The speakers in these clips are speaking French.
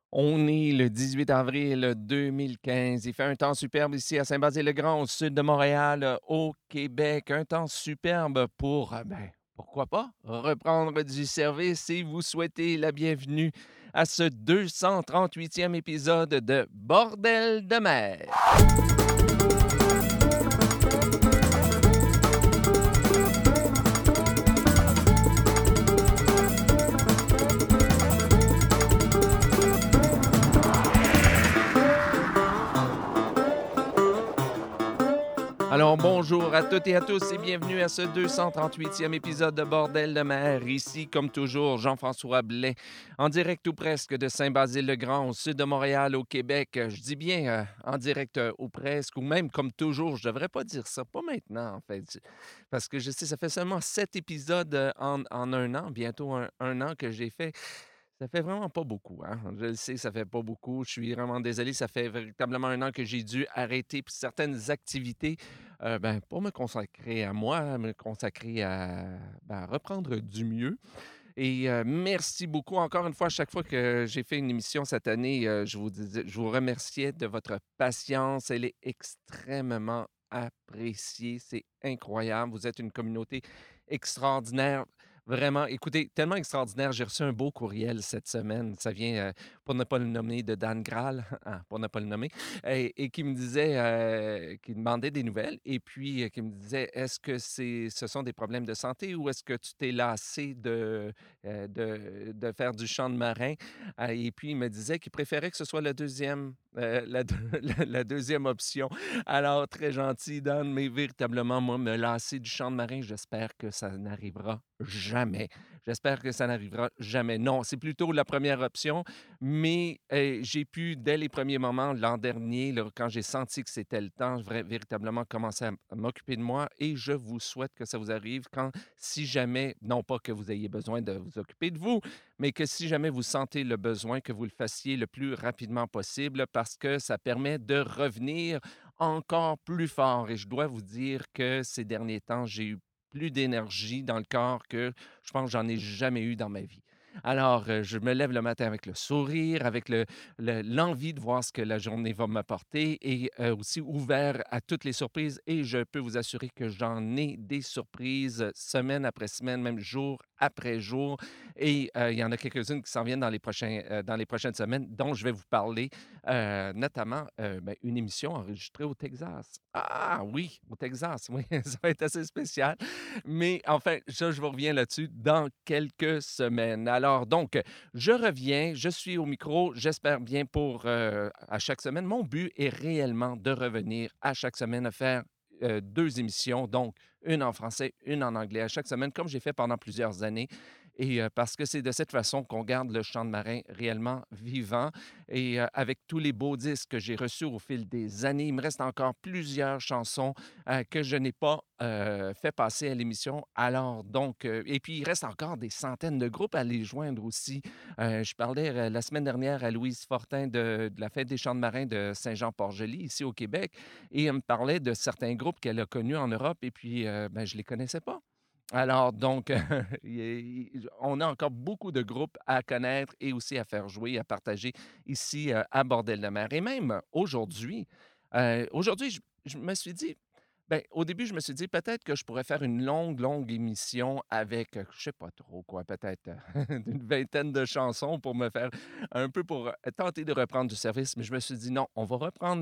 On est le 18 avril 2015. Il fait un temps superbe ici à Saint-Basile-le-Grand, au sud de Montréal, au Québec. Un temps superbe pour, pourquoi pas, reprendre du service et vous souhaiter la bienvenue à ce 238e épisode de Bordel de mer. Alors, bonjour à toutes et à tous et bienvenue à ce 238e épisode de Bordel de mer. Ici, comme toujours, Jean-François Blais, en direct ou presque de Saint-Basile-le-Grand, au sud de Montréal, au Québec. Je dis bien en direct ou presque, ou même comme toujours. Je devrais pas dire ça, pas maintenant en fait. Parce que je sais, ça fait seulement 7 épisodes en un an, bientôt un an que j'ai fait. Ça fait vraiment pas beaucoup, hein. Je le sais, ça fait pas beaucoup. Je suis vraiment désolé. Ça fait véritablement un an que j'ai dû arrêter p certaines activités, pour me consacrer à moi, me consacrer à reprendre du mieux et merci beaucoup encore une fois. À chaque fois que j'ai fait une émission cette année, je vous remerciais de votre patience. Elle est extrêmement appréciée. C'est incroyable. Vous êtes une communauté extraordinaire. Vraiment, écoutez, tellement extraordinaire. J'ai reçu un beau courriel cette semaine. Ça vient, pour ne pas le nommer, de Dan Graal, ah, pour ne pas le nommer, et qui me disait, qui demandait des nouvelles et puis qui me disait: «Est-ce que ce sont des problèmes de santé ou est-ce que tu t'es lassé de faire du chant de marin?» Et puis il me disait qu'il préférait que ce soit la, la deuxième option. Alors, très gentil, Dan, mais véritablement, moi, me lasser du chant de marin, j'espère que ça n'arrivera jamais. J'espère que ça n'arrivera jamais. Non, c'est plutôt la première option, mais j'ai pu, dès les premiers moments, l'an dernier, là, quand j'ai senti que c'était le temps, véritablement commencer à m'occuper de moi et je vous souhaite que ça vous arrive quand, si jamais, non pas que vous ayez besoin de vous occuper de vous, mais que si jamais vous sentez le besoin, que vous le fassiez le plus rapidement possible parce que ça permet de revenir encore plus fort. Et je dois vous dire que ces derniers temps, j'ai eu plus d'énergie dans le corps que je pense que j'en ai jamais eu dans ma vie. Alors, je me lève le matin avec le sourire, avec l'envie de voir ce que la journée va m'apporter et aussi ouvert à toutes les surprises. Et je peux vous assurer que j'en ai des surprises semaine après semaine, même jour après jour. Et il y en a quelques-unes qui s'en viennent dans les prochaines semaines, dont je vais vous parler, notamment une émission enregistrée au Texas. Ah oui, au Texas, oui, ça va être assez spécial. Mais enfin, ça, je vous reviens là-dessus dans quelques semaines. Alors donc, je reviens, je suis au micro, j'espère bien pour à chaque semaine. Mon but est réellement de revenir à chaque semaine à faire 2 émissions, donc une en français, une en anglais à chaque semaine, comme j'ai fait pendant plusieurs années. Et parce que c'est de cette façon qu'on garde le chant de marin réellement vivant. Et avec tous les beaux disques que j'ai reçus au fil des années, il me reste encore plusieurs chansons que je n'ai pas fait passer à l'émission. Alors donc, et puis il reste encore des centaines de groupes à les joindre aussi. Je parlais la semaine dernière à Louise Fortin de la Fête des chants de marins de Saint-Jean-Port-Joli, ici au Québec, et elle me parlait de certains groupes qu'elle a connus en Europe, et puis je ne les connaissais pas. Alors donc, on a encore beaucoup de groupes à connaître et aussi à faire jouer, à partager ici à Bordel-de-Mer. Et même aujourd'hui, je me suis dit, au début, je me suis dit peut-être que je pourrais faire une longue, longue émission avec, je sais pas trop quoi, peut-être une vingtaine de chansons pour me faire un peu pour tenter de reprendre du service. Mais je me suis dit non, on va reprendre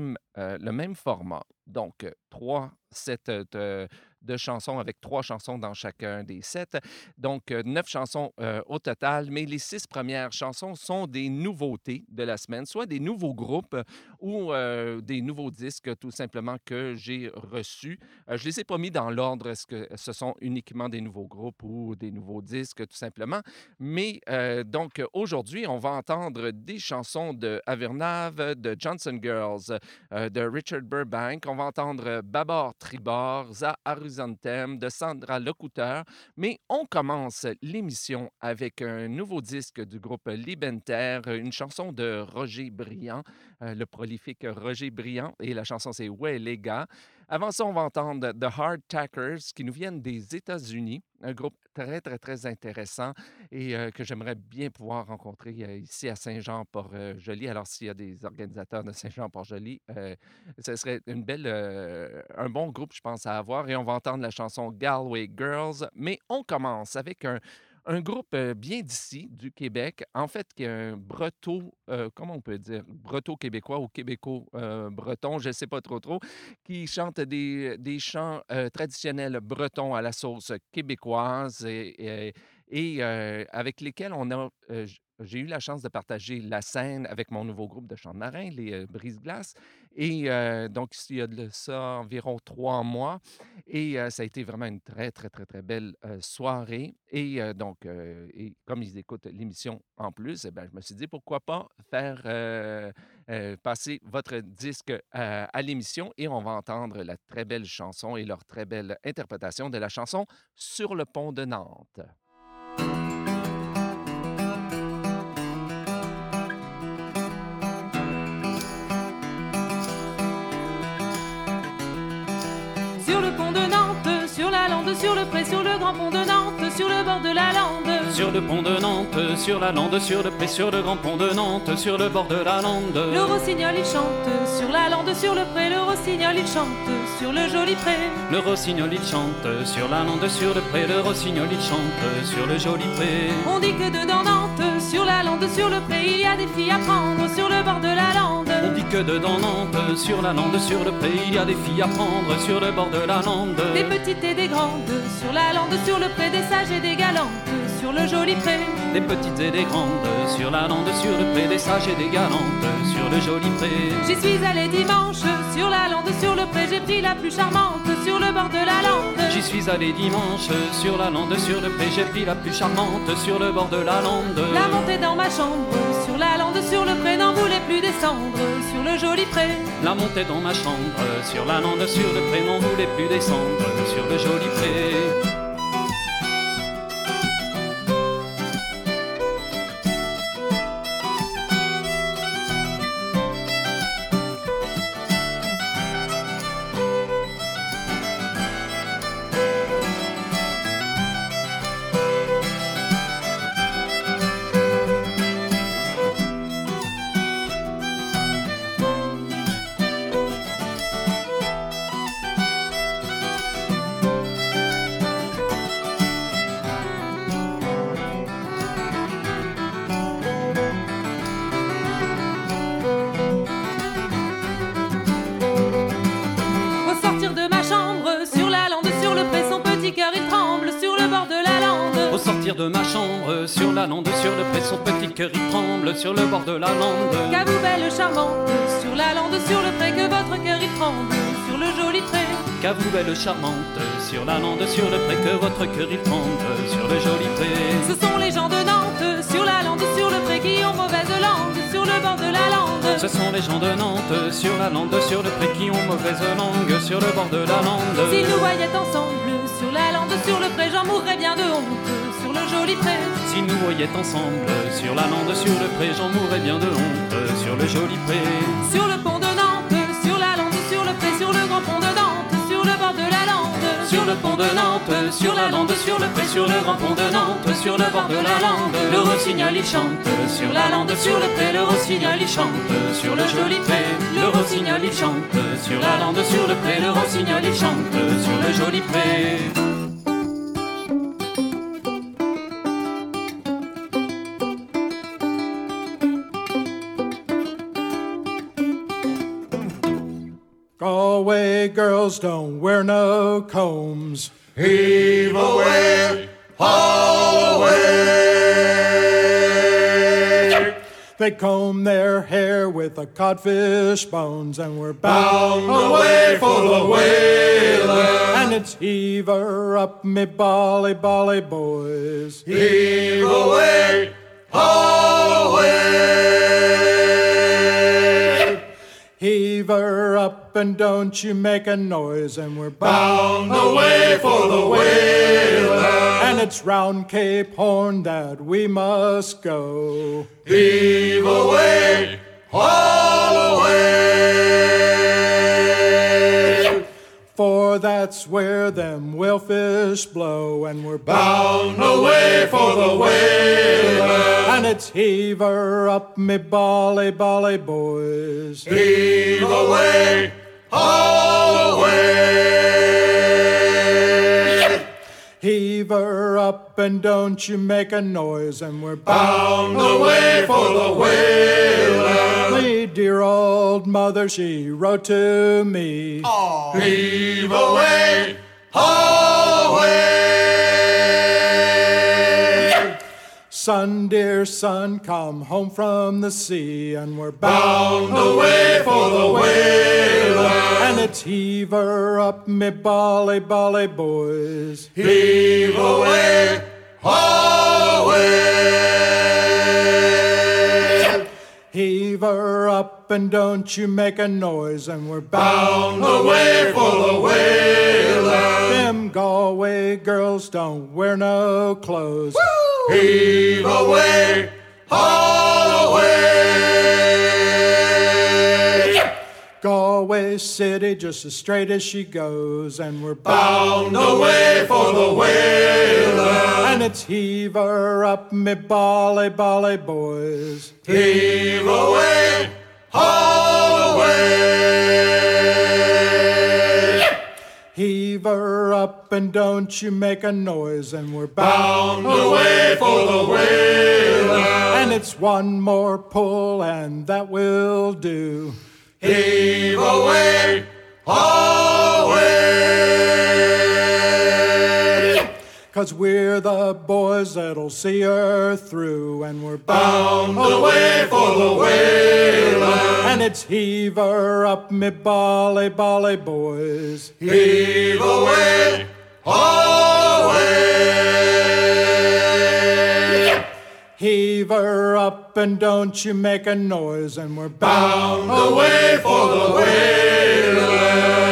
le même format. Donc, 3 sets de chansons avec 3 chansons dans chacun des sets. Donc, 9 chansons au total. Mais les 6 premières chansons sont des nouveautés de la semaine, soit des nouveaux groupes ou des nouveaux disques tout simplement que j'ai reçus. Je les ai pas mis dans l'ordre, est-ce que ce sont uniquement des nouveaux groupes ou des nouveaux disques tout simplement. Mais donc aujourd'hui, on va entendre des chansons de Avernav, de Johnson Girls, de Richard Burbank. On va entendre Babor Tribord, Za Aruzantem, de Sandra Locouteur. Mais on commence l'émission avec un nouveau disque du groupe Libenter, une chanson de Roger Briand, le prolifique Roger Briand et la chanson c'est Ouais les gars. Avant ça, on va entendre The Hardtackers qui nous viennent des États-Unis, un groupe très, très, très intéressant et que j'aimerais bien pouvoir rencontrer ici à Saint-Jean-Port-Joli. Alors, s'il y a des organisateurs de Saint-Jean-Port-Joli, ce serait un bon groupe, je pense, à avoir. Et on va entendre la chanson Galway Girls. Mais on commence avec un groupe bien d'ici, du Québec, en fait, qui est un comment on peut dire, breto-québécois ou québéco-breton, je ne sais pas trop, qui chante des chants traditionnels bretons à la sauce québécoise et avec lesquels j'ai eu la chance de partager la scène avec mon nouveau groupe de chant de marin, les Brise-Glaces. Et donc, il y a de ça environ 3 mois. Et ça a été vraiment une très, très, très, très belle soirée. Et et comme ils écoutent l'émission en plus, eh ben, je me suis dit, pourquoi pas faire passer votre disque à l'émission et on va entendre la très belle chanson et leur très belle interprétation de la chanson Sur le pont de Nantes. Sur le pont de Nantes, sur la lande, sur le pré, sur le grand pont de Nantes, sur le bord de la lande. Sur le pont de Nantes, sur la lande, sur le pré, sur le grand pont de Nantes, sur le bord de la lande. Le rossignol il chante, sur la lande, sur le pré, le rossignol il chante, sur le joli pré. Le rossignol il chante, sur la lande, sur le pré, le rossignol il chante, sur le joli pré. On dit que dedans Nantes, sur la lande, sur le pré, il y a des filles à prendre, sur le bord de la lande. On dit que dedans Nantes, sur la lande, sur le pré, il y a des filles à prendre, sur le bord de la lande. Des petites et des grandes, sur la lande, sur le pré, des sages et des galantes, sur le joli pré. Des petites et des grandes, sur la lande, sur le pré, des sages et des galantes, sur le joli pré. J'y suis allée dimanche, sur la lande, sur le pré, j'ai pris la plus charmante, sur le bord de la lande. J'y suis allé dimanche, sur la lande, sur le pré, j'ai pris la plus charmante, sur le bord de la lande. La montée dans ma chambre, sur la lande, sur le pré, n'en voulait plus descendre, sur le joli pré. La montée dans ma chambre, sur la lande, sur le pré, n'en voulait plus descendre, sur le joli pré. De ma chambre, sur la lande, sur le pré, son petit cœur il tremble, sur le bord de la lande. Qu'à vous belle charmante, sur la lande, sur le pré, que votre cœur il tremble, sur le joli pré. Qu'à vous belle charmante, sur la lande, sur le pré, que votre cœur il tremble, sur le joli pré. Ce sont les gens de Nantes, sur la lande, sur le pré, qui ont mauvaise langue, sur le bord de la lande. Ce sont les gens de Nantes, sur la lande, sur le pré, qui ont mauvaise langue, sur le bord de la lande. S'ils nous voyaient ensemble, sur la lande, sur le pré, j'en mourrais bien de honte, sur le joli pré. Si nous voyaient ensemble, sur la lande, sur le pré, j'en mourrais bien de honte, sur le joli pré. Sur le pont de Nantes, sur la lande, sur le pré, sur le grand pont de Nantes, sur le bord de la lande. Sur le pont de Nantes, sur la lande, sur le pré, sur le grand pont de Nantes, sur le bord de la lande. Le rossignol il chante, sur la lande, sur le pré, le rossignol il chante, sur le joli pré. Le rossignol il chante, sur la lande, sur le pré, le rossignol il chante, sur le joli pré. Galway girls don't wear no combs. Heave away, haul away. They comb their hair with a codfish bones, and we're bound away for the whaler. And it's heave her up, me bally, bally boys. Heave away, haul away. Heave her up and don't you make a noise, and we're bound away for the whaler. And it's round Cape Horn that we must go. Heave away, haul away. That's where them whalefish blow, and we're Bound away for the whaler. And it's heave her up, me bally, bally boys. Heave away, haul away. Heave her up and don't you make a noise, and we're Bound away for the whaler. Me dear old mother, she wrote to me. Heave away, haul away. Son, dear son, come home from the sea, and we're Bound away for the whaler. And it's heave her up, me bally, bally boys. Heave away, haul away. Heave her up and don't you make a noise, and we're Bound away for the whaler. Them Galway girls don't wear no clothes. Heave away, haul away. Galway City just as straight as she goes, and we're Bound away for the whaler. And it's heave her up, me bally, bally boys. Heave away, haul away. Heave her up and don't you make a noise, and we're Bound away for the whaler. And it's one more pull and that will do. Heave away, haul away. 'Cause we're the boys that'll see her through, and we're Bound away for the whaler. And it's heave her up, me bally, bally boys. Heave away, haul away. Heave her up and don't you make a noise, and we're Bound away for the whaler.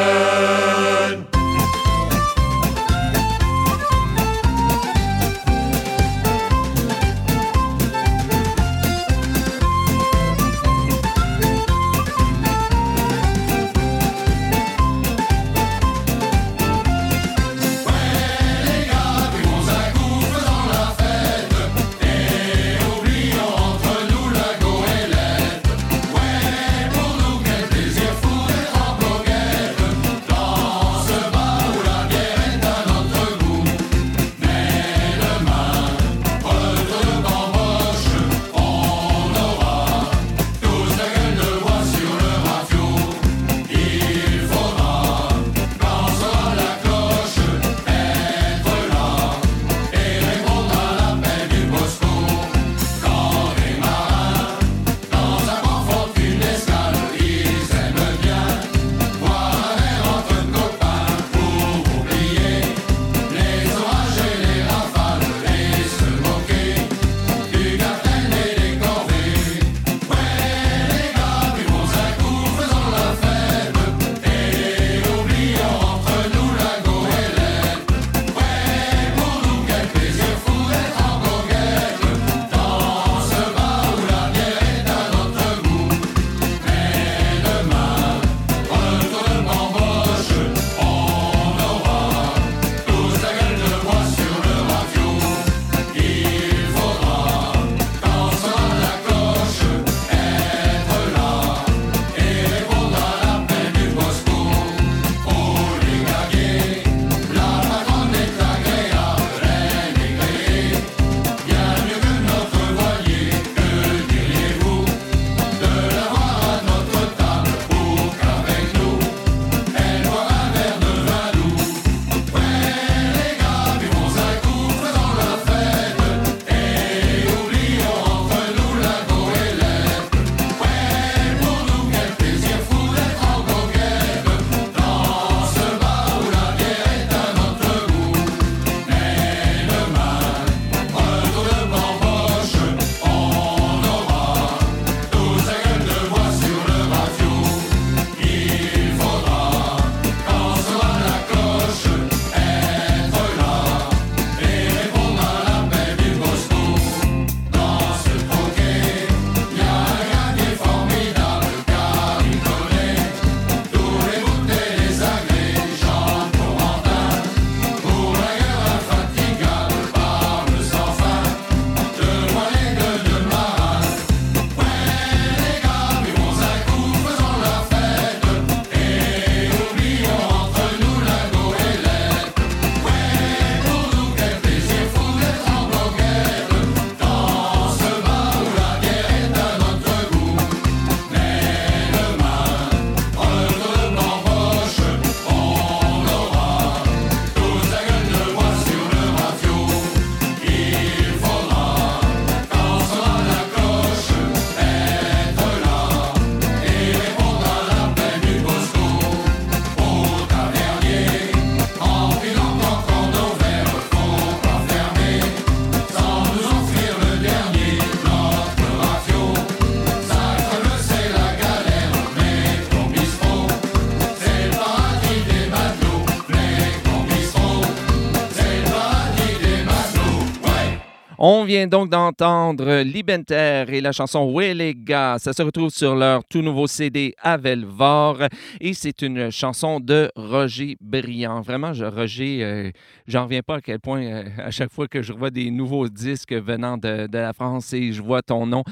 On vient donc d'entendre Libenter et la chanson Ouais les gars. Ça se retrouve sur leur tout nouveau CD Avelvor et c'est une chanson de Roger Briand. Vraiment, Roger, j'en reviens pas à quel point à chaque fois que je revois des nouveaux disques venant de la France et je vois ton nom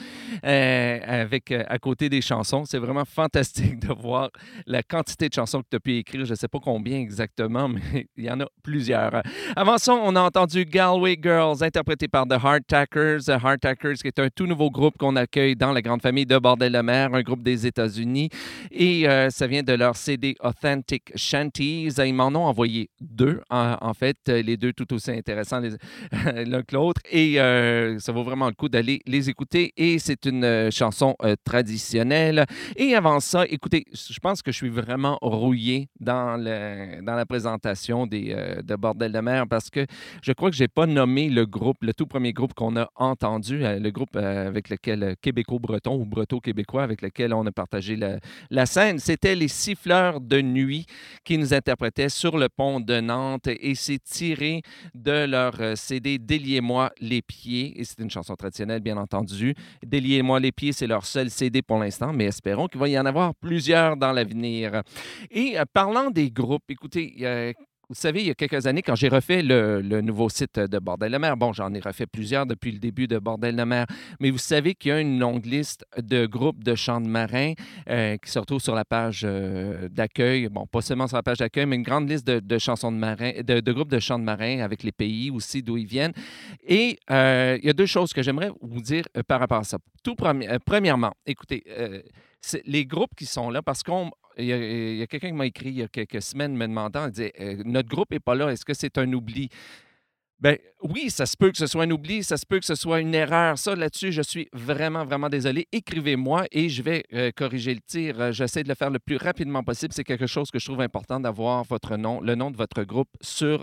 à côté des chansons, c'est vraiment fantastique de voir la quantité de chansons que tu as pu écrire. Je ne sais pas combien exactement, mais il y en a plusieurs. Avant ça, on a entendu Galway Girls, interprété par The Hardtackers. The Hardtackers, qui est un tout nouveau groupe qu'on accueille dans la grande famille de Bordel-le-Mer, un groupe des États-Unis. Et ça vient de leur CD Authentic Shanties. Ils m'en ont envoyé deux, en fait, les deux tout aussi intéressants l'un que l'autre. Et ça vaut vraiment le coup d'aller les écouter. Et c'est une chanson traditionnelle. Et avant ça, écoutez, je pense que je suis vraiment rouillé dans la présentation de Bordel-le-Mer parce que je crois que je n'ai pas nommé le groupe, le tout premier groupe qu'on a entendu, le groupe avec lequel, québéco-breton ou breto-québécois, avec lequel on a partagé la scène. C'était les Siffleurs de nuit qui nous interprétaient sur le pont de Nantes et c'est tiré de leur CD Déliez-moi les pieds. Et c'est une chanson traditionnelle, bien entendu. Déliez-moi les pieds, c'est leur seul CD pour l'instant, mais espérons qu'il va y en avoir plusieurs dans l'avenir. Et parlant des groupes, écoutez, vous savez, il y a quelques années, quand j'ai refait le nouveau site de Bordel-le-Mer, bon, j'en ai refait plusieurs depuis le début de Bordel-le-Mer, mais vous savez qu'il y a une longue liste de groupes de chants de marins qui se retrouvent sur la page d'accueil. Bon, pas seulement sur la page d'accueil, mais une grande liste de chansons de marins, de groupes de chants de marins avec les pays aussi d'où ils viennent. Et il y a deux choses que j'aimerais vous dire par rapport à ça. Premièrement, écoutez, les groupes qui sont là, parce qu'on il y a quelqu'un qui m'a écrit il y a quelques semaines me demandant, il disait notre groupe n'est pas là, est-ce que c'est un oubli? Ben oui, ça se peut que ce soit un oubli, ça se peut que ce soit une erreur. Ça, là-dessus, je suis vraiment, vraiment désolé. Écrivez-moi et je vais corriger le tir. J'essaie de le faire le plus rapidement possible. C'est quelque chose que je trouve important d'avoir votre nom, le nom de votre groupe sur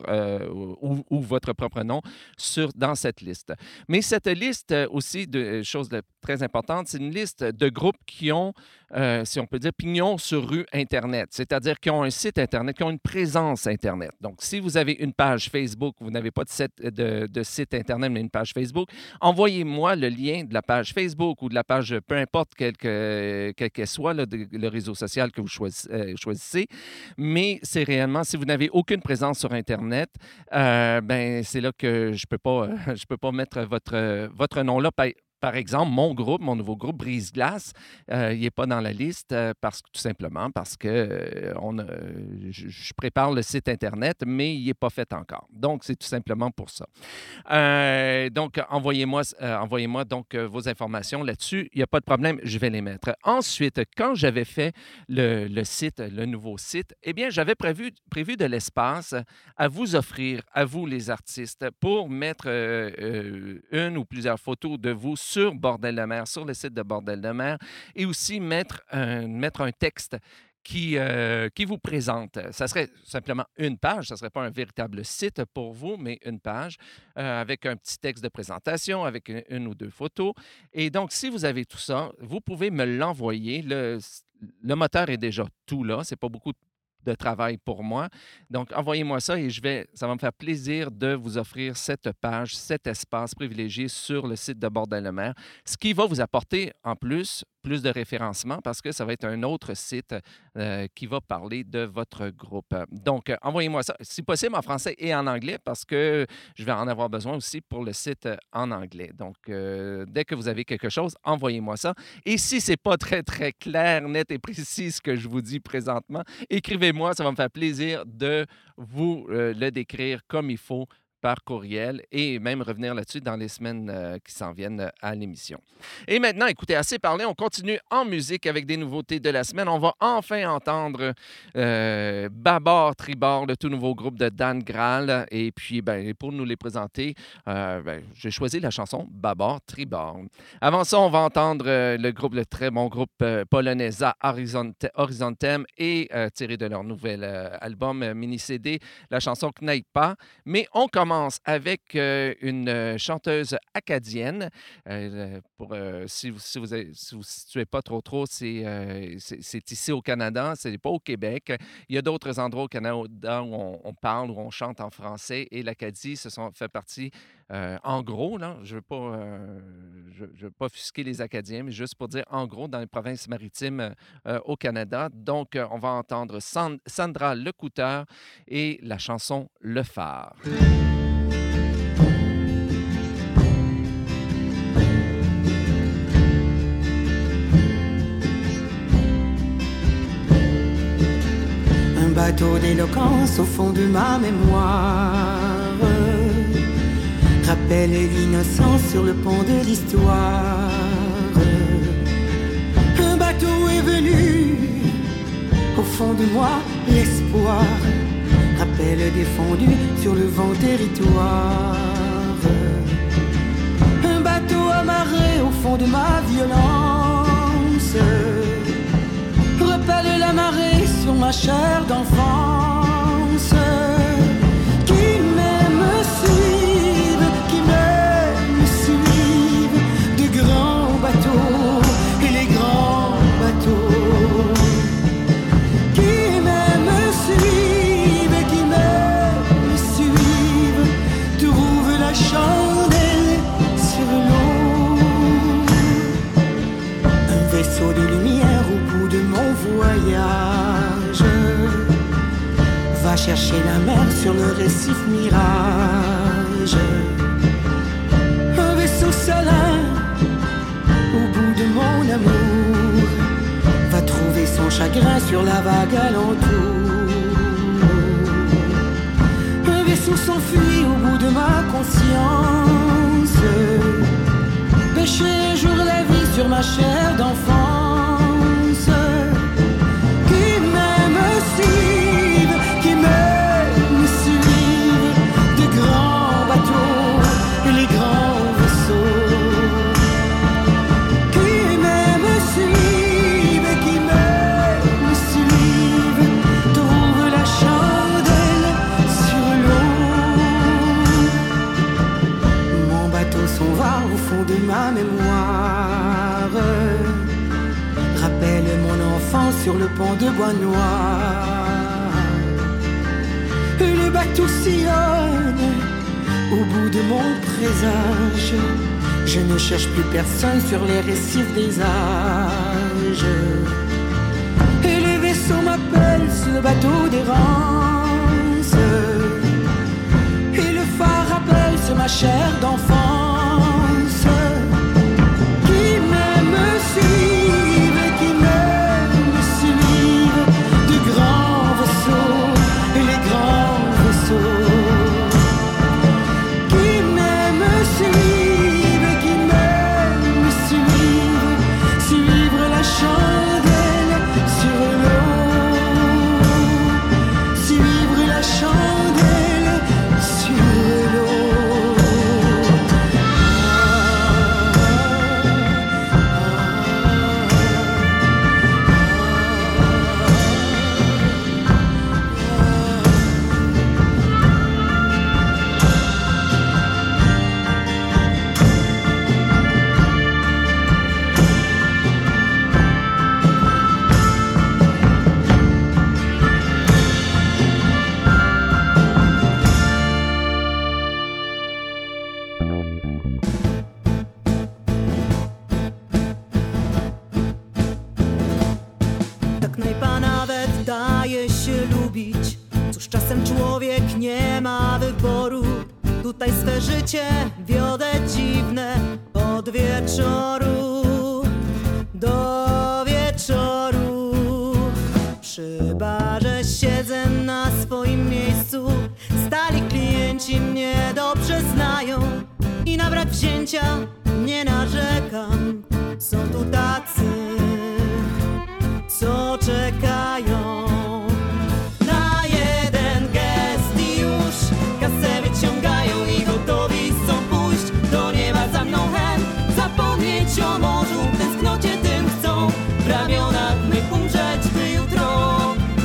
ou votre propre nom dans cette liste. Mais cette liste aussi de choses très importantes, c'est une liste de groupes qui ont, si on peut dire, pignon sur rue Internet, c'est-à-dire qui ont un site Internet, qui ont une présence Internet. Donc, si vous avez une page Facebook, vous n'avez pas de site Internet, mais une page Facebook, envoyez-moi le lien de la page Facebook ou de la page, peu importe quel qu'elle soit, là, le réseau social que vous choisissez. Mais c'est réellement, si vous n'avez aucune présence sur Internet, ben c'est là que je peux pas mettre votre nom là. Par exemple, mon nouveau groupe Brise-Glace, il n'est pas dans la liste tout simplement parce que je prépare le site Internet, mais il n'est pas fait encore. Donc, c'est tout simplement pour ça. Donc, envoyez-moi donc vos informations là-dessus. Il n'y a pas de problème, je vais les mettre. Ensuite, quand j'avais fait le site, le nouveau site, eh bien, j'avais prévu de l'espace à vous offrir, à vous les artistes, pour mettre une ou plusieurs photos de vous sur Bordel-le-Mer, sur le site de Bordel-le-Mer, et aussi mettre un texte qui vous présente. Ça serait simplement une page, ça ne serait pas un véritable site pour vous, mais une page avec un petit texte de présentation, avec une ou deux photos. Et donc, si vous avez tout ça, vous pouvez me l'envoyer. Le moteur est déjà tout là, ce n'est pas beaucoup de travail pour moi. Donc, envoyez-moi ça et ça va me faire plaisir de vous offrir cette page, cet espace privilégié sur le site de Bordel-le-Mer, ce qui va vous apporter en plus de référencement parce que ça va être un autre site qui va parler de votre groupe. Donc, envoyez-moi ça, si possible en français et en anglais parce que je vais en avoir besoin aussi pour le site en anglais. Donc, dès que vous avez quelque chose, envoyez-moi ça. Et si ce n'est pas très, très clair, net et précis ce que je vous dis présentement, écrivez-moi, ça va me faire plaisir de vous le décrire comme il faut par courriel et même revenir là-dessus dans les semaines qui s'en viennent à l'émission. Et maintenant, écoutez, assez parlé, on continue en musique avec des nouveautés de la semaine. On va enfin entendre Babord Tribord, le tout nouveau groupe de Dan Graal. Et puis, pour nous les présenter, j'ai choisi la chanson Babord Tribord. Avant ça, on va entendre le très bon groupe polonais Horizontem et tiré de leur nouvel album mini-CD, la chanson Knajpa. Mais on commence avec une chanteuse acadienne. Si vous ne situez pas trop, c'est ici au Canada, ce n'est pas au Québec. Il y a d'autres endroits au Canada où on parle, où on chante en français. Et l'Acadie fait partie En gros, là, je ne veux pas offusquer les Acadiens, mais juste pour dire en gros, dans les provinces maritimes au Canada. Donc, on va entendre Sandra Lecouteur et la chanson Le Phare. Un bateau d'éloquence au fond de ma mémoire rappelle l'innocence sur le pont de l'histoire. Un bateau est venu, au fond de moi l'espoir rappelle défendu sur le vent territoire. Un bateau amarré au fond de ma violence rappelle la marée sur ma chair d'enfance. Qui m'aime suive, qui m'aime suive, de grands bateaux et les grands bateaux. Qui m'aime suive, qui m'aime suive, trouve la chandelle sur l'eau. Un vaisseau de lumière au bout de mon voyage va chercher la mer sur le récif mirage. Un vaisseau salin au bout de mon amour va trouver son chagrin sur la vague alentour. Un vaisseau s'enfuit au bout de ma conscience, pêcher un jour la vie sur ma chair d'enfance. Qui m'aime suive, qui m'aime suive, de grands bateaux et les grands vaisseaux. Qui m'aime suive, qui m'aime suive, trouve la chandelle sur l'eau. Mon bateau s'en va au fond de ma mémoire, rappelle mon enfance sur le pont de bois noir. Et le bateau sillonne au bout de mon présage. Je ne cherche plus personne sur les récifs des âges. Et les vaisseaux m'appellent sur le bateau d'errance. Et le phare rappelle sur ma chair d'enfance. Qui m'aime suive, qui m'aime suive, de grands vaisseaux et les grands vaisseaux. Qui m'aime suive, qui m'aime suive, suivre la chandelle sur l'eau, suivre la chandelle sur l'eau. Ta knajpa nawet daje się lubić. Cóż, czasem człowiek nie ma wyboru. Tutaj swe życie wiodę dziwne od wieczoru do wieczoru. Przy barze siedzę na swoim miejscu. Stali klienci mnie dobrze znają i na brak wzięcia nie narzekam. Są tu tacy, co czekają na jeden gest i już kasę wyciągają i gotowi są pójść do nieba za mną chęt. Zapomnieć o morzu, w tęsknocie tym chcą w ramionach mych umrzeć, by jutro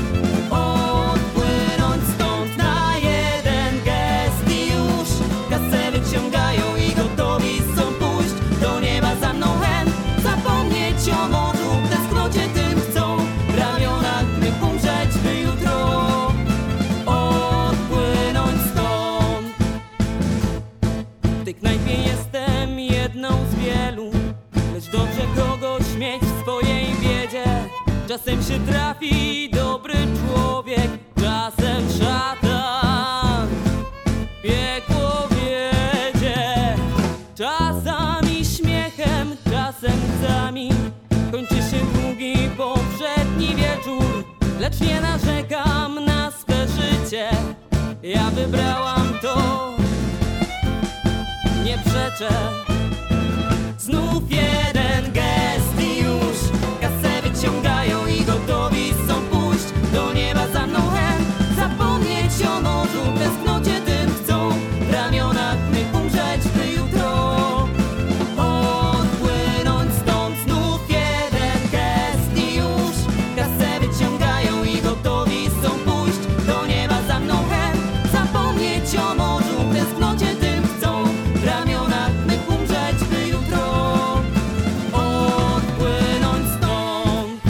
odpłynąć stąd. Na jeden gest i już kasę wyciągają i gotowi są pójść do nieba za mną chęt. Zapomnieć Czasem się trafi dobry człowiek, czasem szatan piekło wiedzie. Czasami śmiechem, czasem łzami kończy się długi poprzedni wieczór. Lecz nie narzekam na swe życie, ja wybrałam to, nie przeczę. Znów jeden gest i już kasę wyciągają i gotowi są pójść do nieba za mną chęt. Zapomnieć o morzu, tęsknocie tym chcą w ramionach mych umrzeć, by jutro odpłynąć stąd. Znów jeden gest i już kasę wyciągają i gotowi są pójść do nieba za mną chęt. Zapomnieć o morzu, tęsknocie tym chcą w ramionach mych umrzeć, by jutro odpłynąć stąd.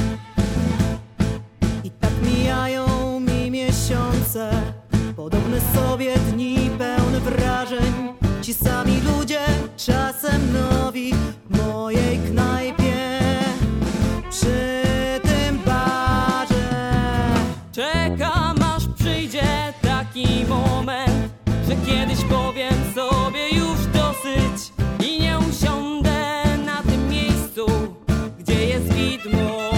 I tak mijają mi miesiące, podobne sobie dni pełne wrażeń. Ci sami ludzie, czasem nowi w mojej knajpie, przy tym barze. Czekam aż przyjdzie taki moment, że kiedyś powiem sobie już dosyć i nie usiądę na tym miejscu, gdzie jest widmo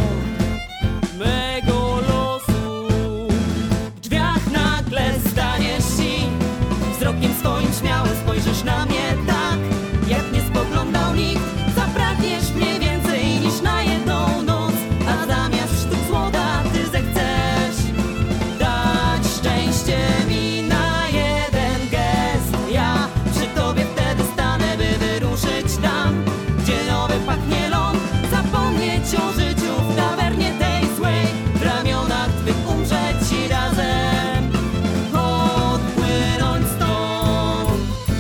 mego losu. W drzwiach nagle staniesz i wzrokiem swoim śmiałym spojrzysz na mnie tak, jak nie spoglądał nikt. Zapragniesz mnie więcej niż na jedną noc, a zamiast sztuk złota ty zechcesz dać szczęście mi na jeden gest. Ja przy tobie wtedy stanę, by wyruszyć tam, gdzie nowy pachnie ląd. Zapomnieć o życiu w tawernie tej złej, w ramionach twych umrzeć i razem odpłynąć stąd.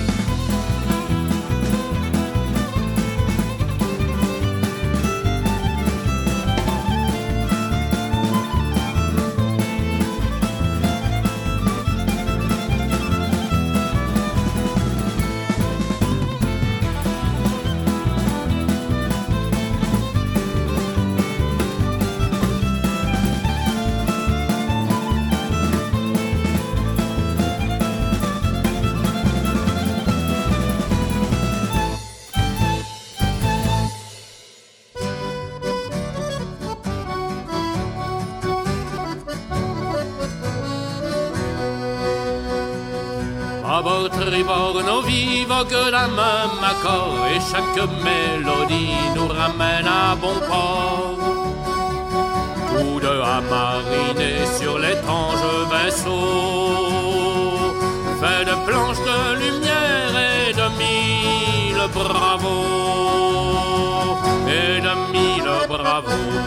À bord tribord, nos vies voguent d'un même accord et chaque mélodie nous ramène à bon port. Tous deux à mariner sur l'étrange vaisseau, fait de planches de lumière et de mille bravos, et de mille bravos.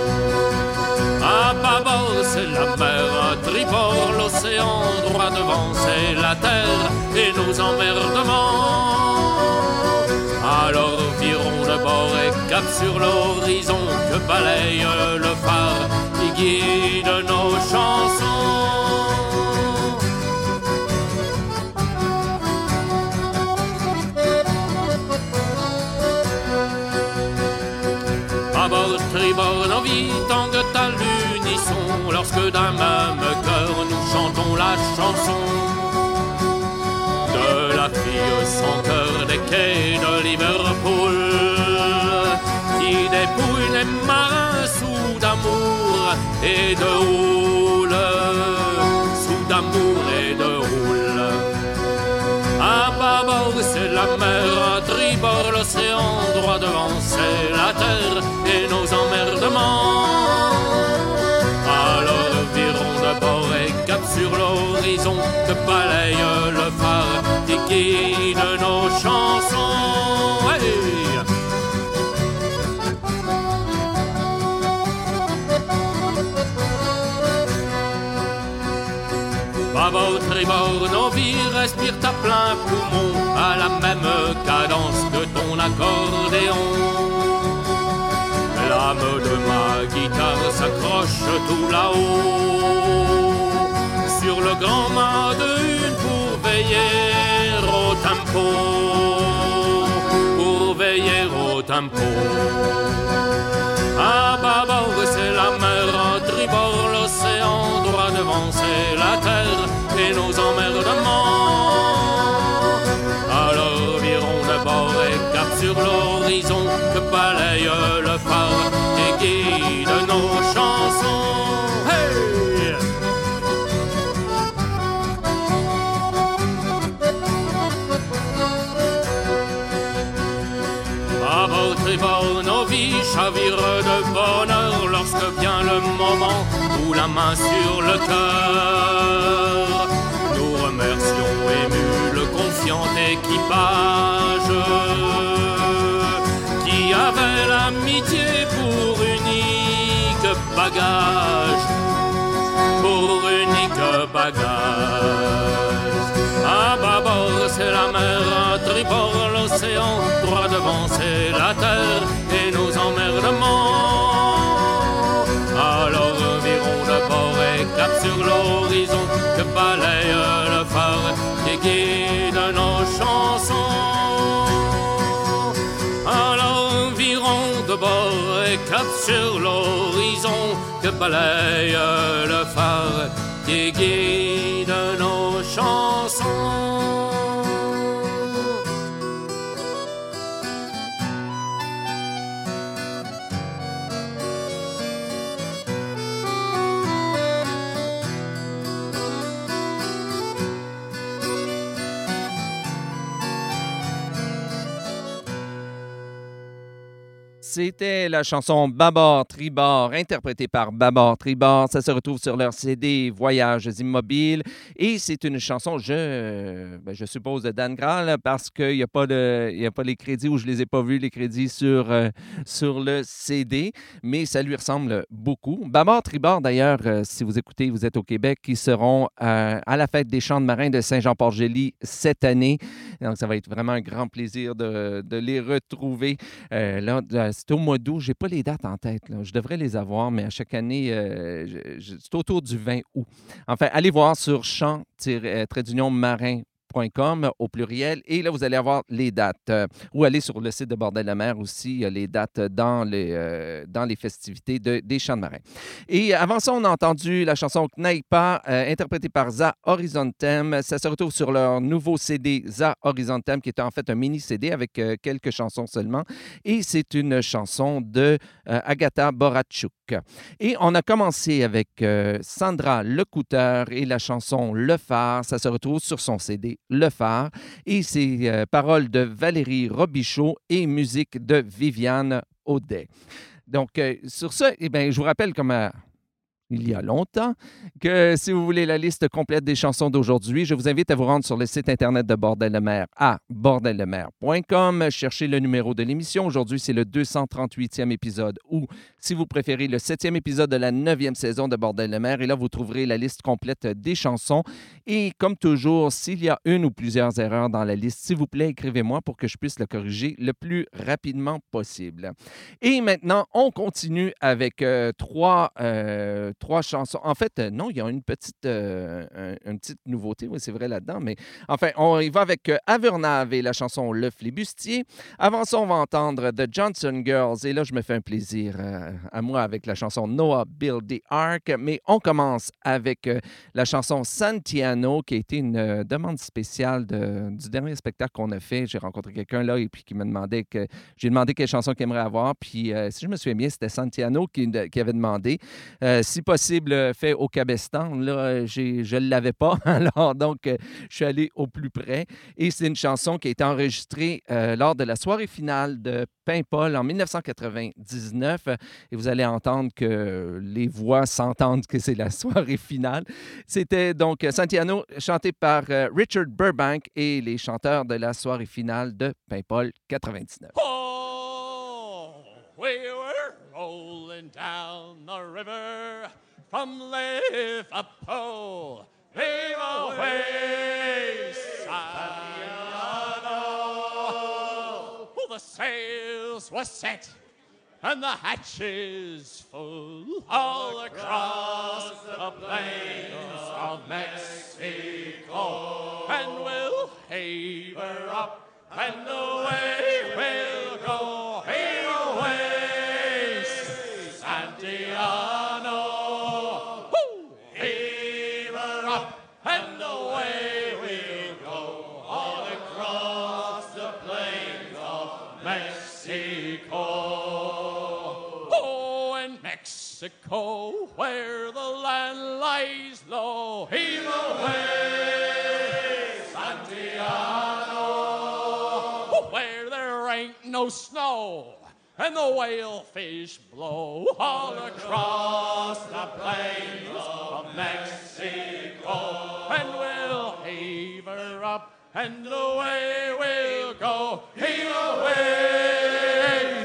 À bâbord c'est la mer, à tribord l'océan, droit devant c'est la terre et nos emmerdements. Alors virons de bord et cap sur l'horizon, que balaye le phare qui guide nos chansons. À bord tribord nos vies tanguent à l'unisson, lorsque d'un même cœur nous chantons la chanson de la fille sans cœur des quais de Liverpool, qui dépouille les marins sous d'amour et de houle, sous d'amour et de houle. À bâbord c'est la mer, à tribord l'océan, droit devant c'est la terre et nos emmerdements. Alors virons de bord et cap sur l'horizon, que balaye le phare qui guide nos chansons. Hey! Bâbord, tribord, nos vies respirent à plein poumon, à la même cadence que ton accordéon. L'âme de ma guitare s'accroche tout là-haut, sur le grand mât de une pour veiller au tempo, pour veiller au tempo. À bâbord c'est l'horizon que balaye le phare qui guide nos chansons. Hey! À bord tribord, nos vies chavirent de bonheur lorsque vient le moment où la main sur le cœur. Nous remercions émus le confiant équipage qui avait l'amitié pour unique bagage, pour unique bagage. À bâbord c'est la mer, à tribord l'océan, droit devant c'est la terre et nos emmerdements. Alors virons de bord et cap sur l'horizon que balaye le phare qui guide nos chansons. Alors virons de bord et cap sur l'horizon que balaye le phare qui guide nos chansons. C'était la chanson Bâbord Tribord, interprétée par Bâbord Tribord. Ça se retrouve sur leur CD Voyages immobiles. Et c'est une chanson, je suppose, de Dan Graal, parce qu'il n'y a pas les crédits, ou je ne les ai pas vus, les crédits sur le CD. Mais ça lui ressemble beaucoup. Bâbord Tribord, d'ailleurs, si vous écoutez, vous êtes au Québec, ils seront à la fête des chants de marins de Saint-Jean-Port-Gély cette année. Donc, ça va être vraiment un grand plaisir de les retrouver. Là, c'est au mois d'août. Je n'ai pas les dates en tête, là. Je devrais les avoir, mais à chaque année, c'est autour du 20 août. Enfin, allez voir sur champs-marin.com au pluriel, et là, vous allez avoir les dates. Ou allez sur le site de Bordel de mer aussi, il y a les dates dans les festivités des Chants de marins. Et avant ça, on a entendu la chanson Knaipa, interprétée par Za Horizontem. Ça se retrouve sur leur nouveau CD Za Horizontem, qui est en fait un mini-CD avec quelques chansons seulement. Et c'est une chanson de Agatha Boratchouk. Et on a commencé avec Sandra Lecouteur et la chanson Le Phare. Ça se retrouve sur son CD Le Phare. Et c'est paroles de Valérie Robichaud et musique de Viviane Audet. Donc, sur ça, je vous rappelle comme il y a longtemps, que si vous voulez la liste complète des chansons d'aujourd'hui, je vous invite à vous rendre sur le site Internet de Bordel de mer à bordeldemer.com. Cherchez le numéro de l'émission. Aujourd'hui, c'est le 238e épisode, ou, si vous préférez, le 7e épisode de la 9e saison de Bordel de mer. Et là, vous trouverez la liste complète des chansons. Et comme toujours, s'il y a une ou plusieurs erreurs dans la liste, s'il vous plaît, écrivez-moi pour que je puisse le corriger le plus rapidement possible. Et maintenant, on continue avec trois chansons. En fait, non, il y a une petite nouveauté, oui, c'est vrai là-dedans, mais enfin, on y va avec Avernave et la chanson Le Flibustier. Avant ça, on va entendre The Johnson Girls, et là, je me fais un plaisir à moi avec la chanson Noah Build the Ark, mais on commence avec la chanson Santiano, qui a été une demande spéciale du dernier spectacle qu'on a fait. J'ai rencontré quelqu'un là, et puis qui me demandait j'ai demandé quelle chanson qu'il aimerait avoir, puis si je me souviens bien, c'était Santiano qui avait demandé. Si possible, fait au Cabestan. Là, je ne l'avais pas. Alors, donc, je suis allé au plus près. Et c'est une chanson qui a été enregistrée lors de la soirée finale de Paimpol en 1999. Et vous allez entendre que les voix s'entendent que c'est la soirée finale. C'était donc Santiano, chanté par Richard Burbank et les chanteurs de la soirée finale de Paimpol 99. Oh, we were rolling down the river from Liverpool. Leave away, Santiano. Oh, the sails were set and the hatches full all across the plains of Mexico. And we'll heave her up and away we'll go. Heave away, Santiano. Woo! Heave her up and away we'll go all across the plains of Mexico. Mexico, where the land lies low. Heave away, Santiago, where there ain't no snow and the whale fish blow all across the plains of Mexico. And we'll heave her up and away we'll go. Heave away,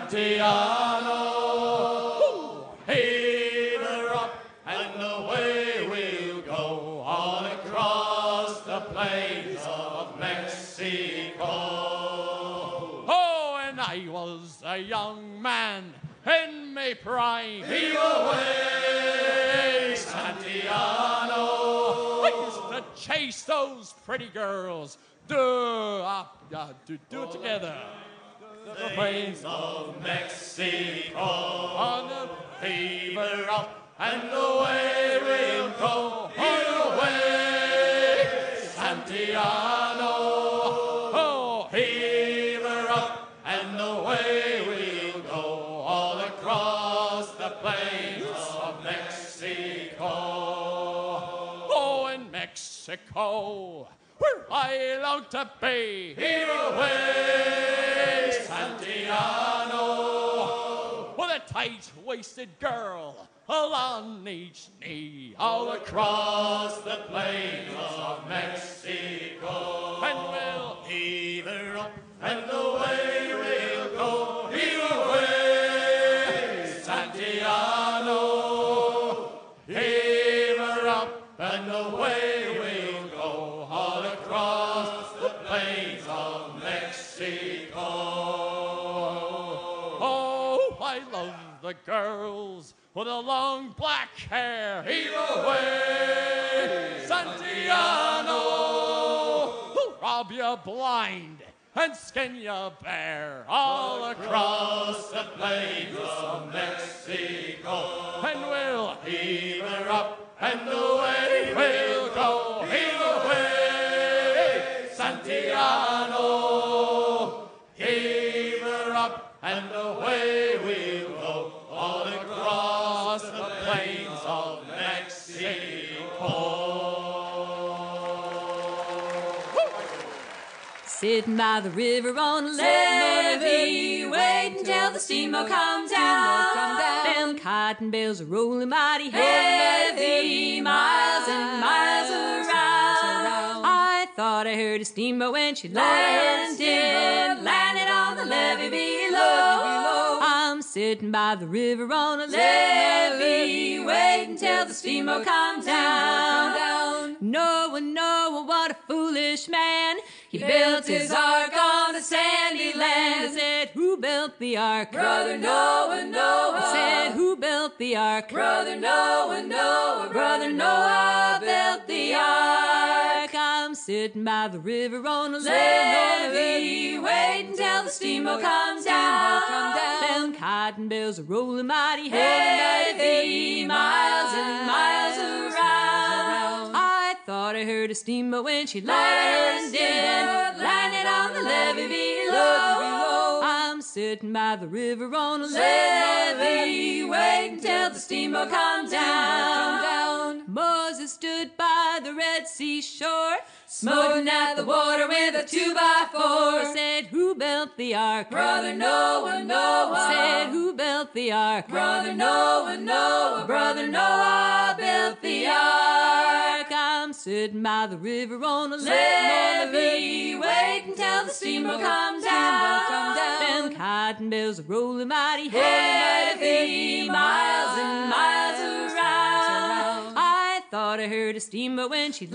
Santiago. Heave her up and away we'll go all across the plains of Mexico. Oh, and I was a young man in my prime. Heave away, Santiago. I used to chase those pretty girls. Do it together. The plains of Mexico. On the heave her up and away we'll go. Heave away, Santiago. Oh, heave her up and away we'll go all across the plains of Mexico. Oh, in Mexico, where I long to be. Heave away, Santiago. With a tight-waisted girl along each knee, all across the plains of Mexico. And we'll heave her up and away we'll go. Heave away, Santiago. Heave her up and away we'll go all across the plains of Mexico. Oh, I love the girls with the long black hair. Heave away, Santiago. Who'll rob you blind and skin you bare all across the plains of Mexico. And we'll heave her up and away we'll go. Heave away, Santiago. Heave her up and away we'll go all across the plains of Mexico. Sitting by the river on a levee, waiting till the steamboat comes down. Them cotton bales are rolling mighty heavy, miles and miles around. I thought I heard a steamboat when she landed on the levee below. I'm sitting by the river on a levee, waiting till the steamboat comes down. Noah, what a foolish man. He built his ark on a sandy land. I said, who built the ark? Brother Noah, Noah. I said, who built the ark? Brother Noah, Noah. Brother Noah built the ark. I'm sitting by the river on a levee, waiting till the steamboat comes down. Them cotton bales are rolling mighty heavy, miles and miles around. I thought I heard a steamboat when she landed on the levee below. I'm sitting by the river on a levee, waiting till the steamboat comes down. Moses stood by the Red Sea shore, smoting at the water with a 2x4. Said, who built the ark? Brother Noah, Noah. Said, who built the ark? Brother Noah, Noah. Brother Noah built the ark. I'm sitting by the river on a levee, waiting till the steamboat comes down. Them cotton bales are rolling mighty heavy, miles and miles around. I thought I heard a steamboat when she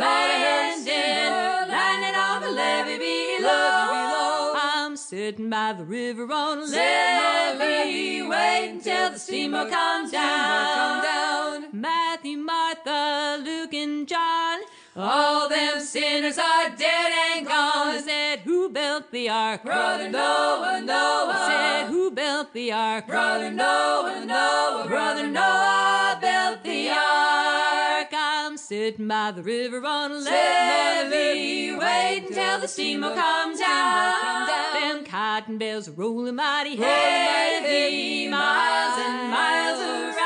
landed on the levee below. I'm sitting by the river on a levee, waiting till the steamboat comes down. Matthew, Martha, Luke, and John, all them sinners are dead and gone. I said, who built the ark? Brother Noah, Noah. I said, who built the ark? Brother Noah, Noah. Brother Noah built the ark. I'm sitting by the river on a levee, waiting till the steamboat comes down. Them cotton bales are rolling mighty heavy, miles and miles around.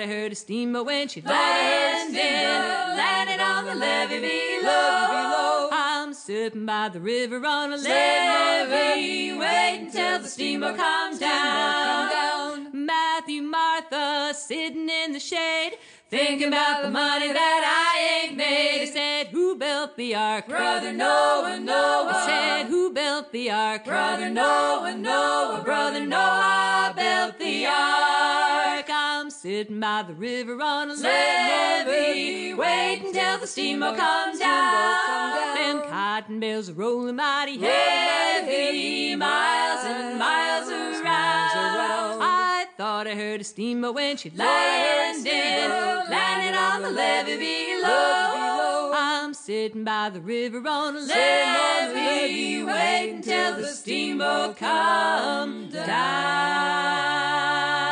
I heard a steamboat when she landed on the levee below. I'm sitting by the river on a levee, waiting till the steamboat comes down. Matthew, Martha, sitting in the shade, thinking about the money that I ain't made. He said, who built the ark? Brother Noah, Noah. He said, who built the ark? Brother Noah, Noah. Brother Noah built the ark. I'm sitting by the river on a levee, waiting till the steamboat comes down. Them cotton bales are rolling mighty heavy, miles and miles around. I thought I heard a steamboat when she landed on the levee below. I'm sitting by the river on a levee, waiting till the steamboat comes down.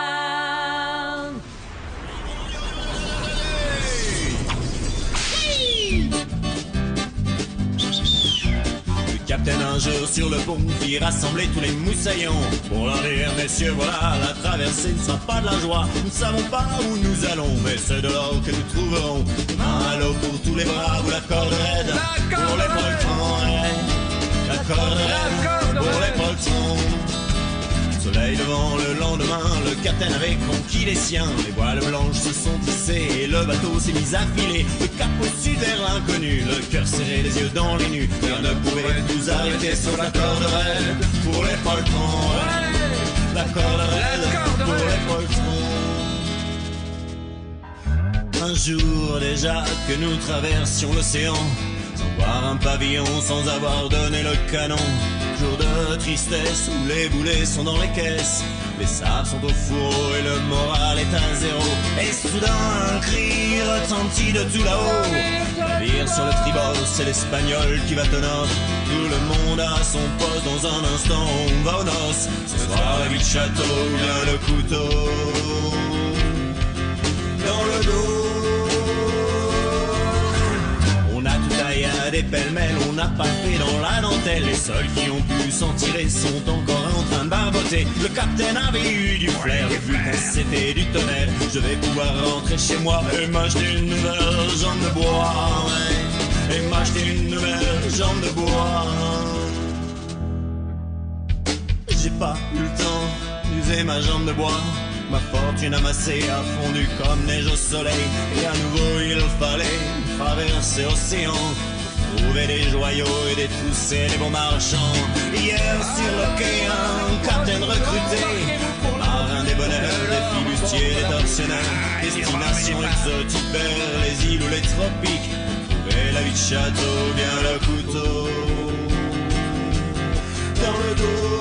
Capitaine un jour sur le pont fit rassembler tous les moussaillons pour leur dire, messieurs, voilà, la traversée ne sera pas de la joie. Nous ne savons pas où nous allons, mais c'est de l'or que nous trouverons. Main à l'eau pour tous les braves, ou la corde raide pour les poltrons. La corde raide pour les poltrons. Soleil devant le lendemain, le capitaine avait conquis les siens. Les voiles blanches se sont tissées et le bateau s'est mis à filer. Le cap au sud vers l'inconnu, le cœur serré, les yeux dans les nues. Rien ne pouvait nous arrêter sauf la corde raide pour les poltrons. La corde raide pour les poltrons. Un jour déjà que nous traversions l'océan, sans voir un pavillon, sans avoir donné le canon. Jour de tristesse où les boulets sont dans les caisses, les sables sont au fourreau et le moral est à zéro. Et soudain un cri retentit de tout là-haut. Navire sur le tribord, c'est l'Espagnol qui va au nord. Tout le monde a son poste, dans un instant on va aux noces. Ce soir la vie de château, vient le couteau dans le dos. Des pêle-mêle, on n'a pas fait dans la dentelle. Les seuls qui ont pu s'en tirer sont encore en train de barboter. Le capitaine avait eu du flair, vu que c'était du tonnerre. Je vais pouvoir rentrer chez moi et m'acheter une nouvelle jambe de bois, ouais. Et m'acheter une nouvelle jambe de bois. J'ai pas eu le temps d'user ma jambe de bois. Ma fortune amassée a fondu comme neige au soleil. Et à nouveau il fallait traverser l'océan, trouver des joyaux et des trousses, des bons marchands. Hier sur le quai, un capitaine recruté, des marins, des bonheurs, des flibustiers, des tortionnaires. Destination exotique vers les îles ou les tropiques. Trouver la vie de château, bien le couteau dans le dos.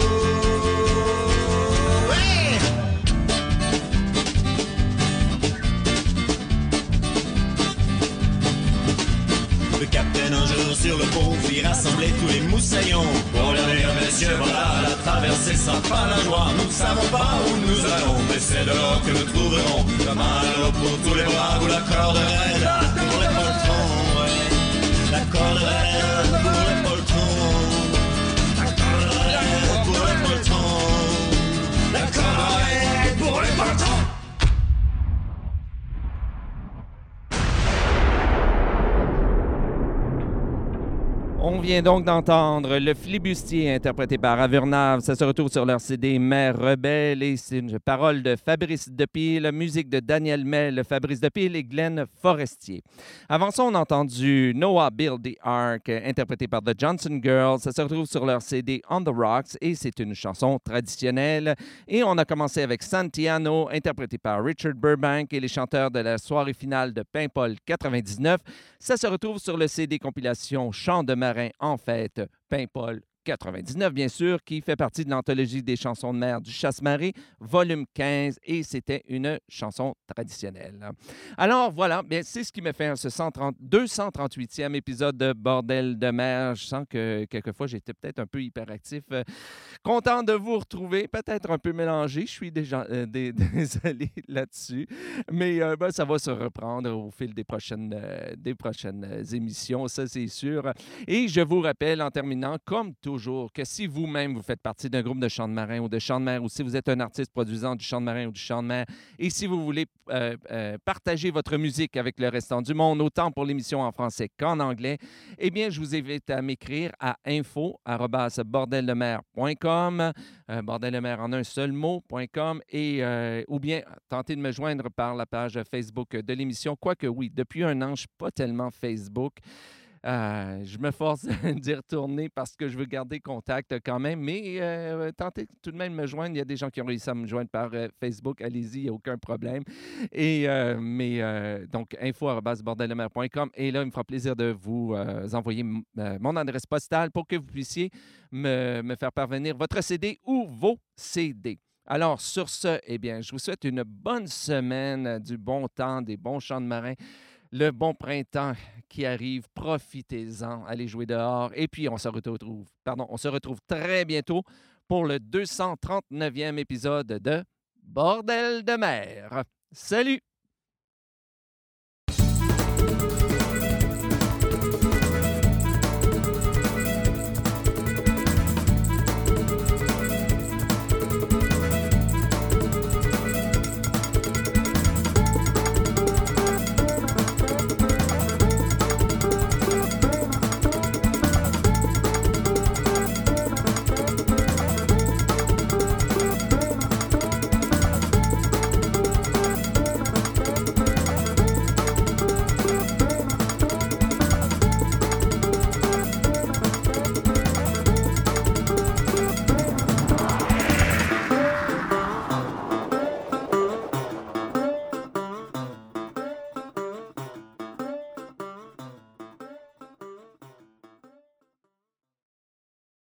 Le capitaine un jour sur le pont fit rassembler tous les moussaillons pour leur dire, messieurs, voilà, la traversée sera pas la joie. Nous ne savons pas où nous allons, mais c'est de l'or que nous trouverons. La main à l'eau pour tous les braves, ou la corde raide pour les poltrons, ouais. La corde raide pour les poltrons. La corde raide pour les poltrons. La corde raide pour les poltrons. On vient donc d'entendre Le Flibustier, interprété par Avernave. Ça se retrouve sur leur CD Mère Rebelle et c'est une parole de Fabrice Depille, musique de Daniel Mel, Fabrice Depille et Glenn Forestier. Avant ça, on a entendu Noah Build the Ark, interprété par The Johnson Girls. Ça se retrouve sur leur CD On the Rocks et c'est une chanson traditionnelle. Et on a commencé avec Santiano, interprété par Richard Burbank et les chanteurs de la soirée finale de Paimpol 99. Ça se retrouve sur le CD compilation Chants de marin en fête, Paimpol 99, bien sûr, qui fait partie de l'anthologie des chansons de mer du Chasse-Marée, volume 15, et c'était une chanson traditionnelle. Alors voilà, bien, c'est ce qui me fait ce 238e épisode de Bordel de mer. Je sens que quelquefois j'étais peut-être un peu hyperactif. Content de vous retrouver, peut-être un peu mélangé, je suis déjà désolé là-dessus, mais ça va se reprendre au fil des prochaines émissions, ça c'est sûr. Et je vous rappelle en terminant, comme tout toujours que si vous-même, vous faites partie d'un groupe de chant de marin ou de chant de mer, ou si vous êtes un artiste produisant du chant de marin ou du chant de mer, et si vous voulez partager votre musique avec le restant du monde, autant pour l'émission en français qu'en anglais, eh bien, je vous invite à m'écrire à info@bordeldemer.com, bordeldemer en un seul mot.com, ou bien tenter de me joindre par la page Facebook de l'émission. Quoique oui, depuis un an, je ne suis pas tellement Facebook. Je me force d'y retourner parce que je veux garder contact quand même, mais tentez tout de même de me joindre. Il y a des gens qui ont réussi à me joindre par Facebook. Allez-y, il n'y a aucun problème. Donc, info@bordeldemer.com. Et là, il me fera plaisir de vous envoyer mon adresse postale pour que vous puissiez me faire parvenir votre CD ou vos CD. Alors, sur ce, eh bien, je vous souhaite une bonne semaine, du bon temps, des bons chants de marins, le bon printemps qui arrive. Profitez-en, allez jouer dehors. Et puis, on se retrouve très bientôt pour le 239e épisode de Bordel de mer. Salut!